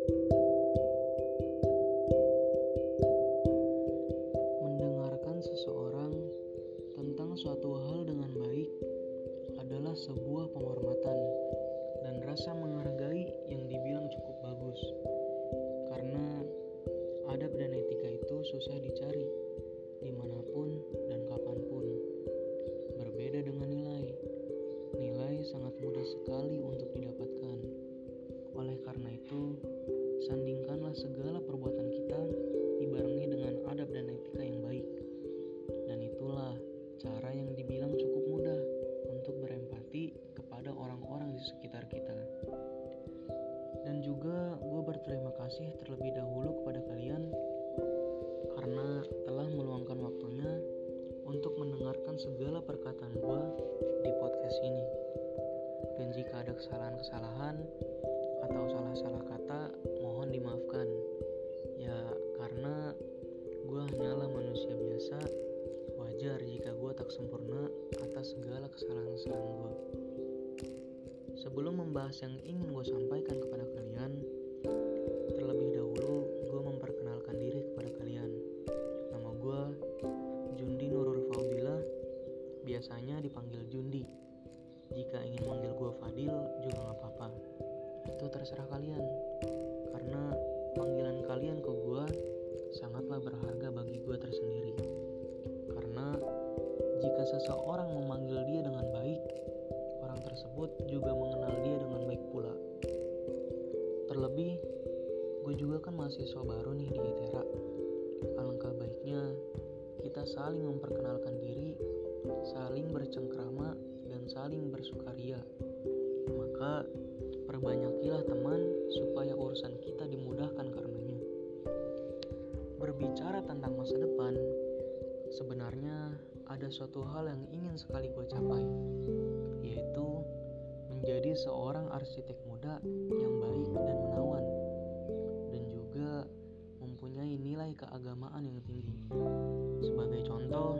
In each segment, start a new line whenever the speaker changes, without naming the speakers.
Mendengarkan seseorang tentang suatu hal dengan baik adalah sebuah penghormatan dan rasa menghargai yang dibilang cukup bagus. Karena adab dan etika itu susah dicari dimanapun dan kapanpun. Berbeda dengan nilai. Nilai sangat mudah sekali untuk didapatkan. Oleh karena itu, sandingkanlah segala perbuatan kita dibarengi dengan adab dan etika yang baik. Dan itulah cara yang dibilang cukup mudah untuk berempati kepada orang-orang di sekitar kita. Dan juga gue berterima kasih terlebih dahulu kepada kalian karena telah meluangkan waktunya untuk mendengarkan segala perkataan gue di podcast ini. Dan jika ada kesalahan-kesalahan atau salah-salah kata, mohon dimaafkan. Ya, karena gue hanyalah manusia biasa. Wajar jika gue tak sempurna atas segala kesalahan-kesalahan gue. Sebelum membahas yang ingin gue sampaikan kepada kalian, terlebih dahulu gue memperkenalkan diri kepada kalian. Nama gue Jundi Nurul Faubila, biasanya dipanggil Jundi. Jika ingin manggil gue Fadil juga gak apa-apa. Itu terserah kalian. Karena panggilan kalian ke gue sangatlah berharga bagi gue tersendiri. Karena jika seseorang memanggil dia dengan baik, orang tersebut juga mengenal dia dengan baik pula. Terlebih, gue juga kan mahasiswa baru nih di ITERA. Alangkah baiknya kita saling memperkenalkan diri, saling bercengkrama, dan saling bersukaria. Maka perbanyakilah teman supaya urusan kita dimudahkan karenanya. Berbicara tentang masa depan, sebenarnya ada suatu hal yang ingin sekali gue capai, yaitu menjadi seorang arsitek muda yang baik dan menawan, dan juga mempunyai nilai keagamaan yang tinggi. Sebagai contoh,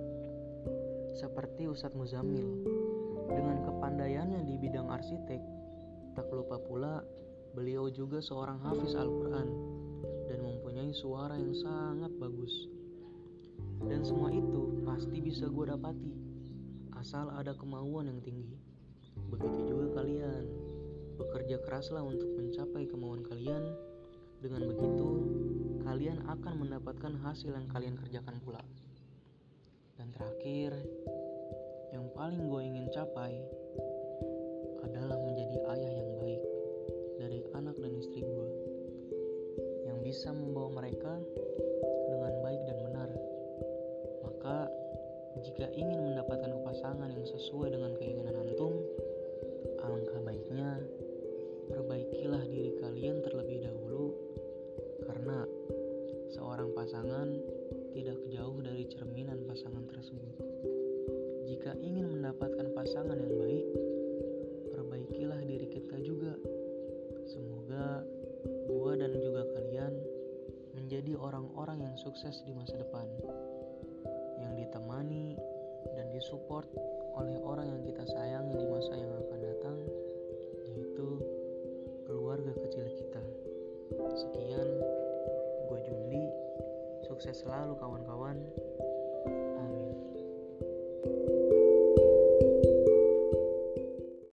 seperti Ustadz Muzammil, dengan kepandaiannya di bidang arsitek, tak lupa pula beliau juga seorang hafiz Al-Quran dan mempunyai suara yang sangat bagus. Dan semua itu pasti bisa gue dapati, asal ada kemauan yang tinggi. Begitu juga kalian, bekerja keraslah untuk mencapai kemauan kalian. Dengan begitu, kalian akan mendapatkan hasil yang kalian kerjakan pula. Dan terakhir, yang paling gue ingin capai adalah menjadi ayah yang baik dari anak dan istri gue, yang bisa membawa mereka dengan baik dan benar. Maka jika ingin mendapatkan pasangan yang sesuai dengan keinginan antum, alangkah baiknya perbaikilah diri kalian terlebih dahulu, karena seorang pasangan tidak jauh dari cerminan pasangan tersebut. Jika ingin mendapatkan pasangan yang baik, perbaikilah diri kita juga. Semoga gua dan juga kalian menjadi orang-orang yang sukses di masa depan, yang ditemani dan disupport oleh orang yang kita sayangi di masa yang akan datang, yaitu keluarga kecil kita. Sekian, gue Jundi. Sukses selalu kawan-kawan.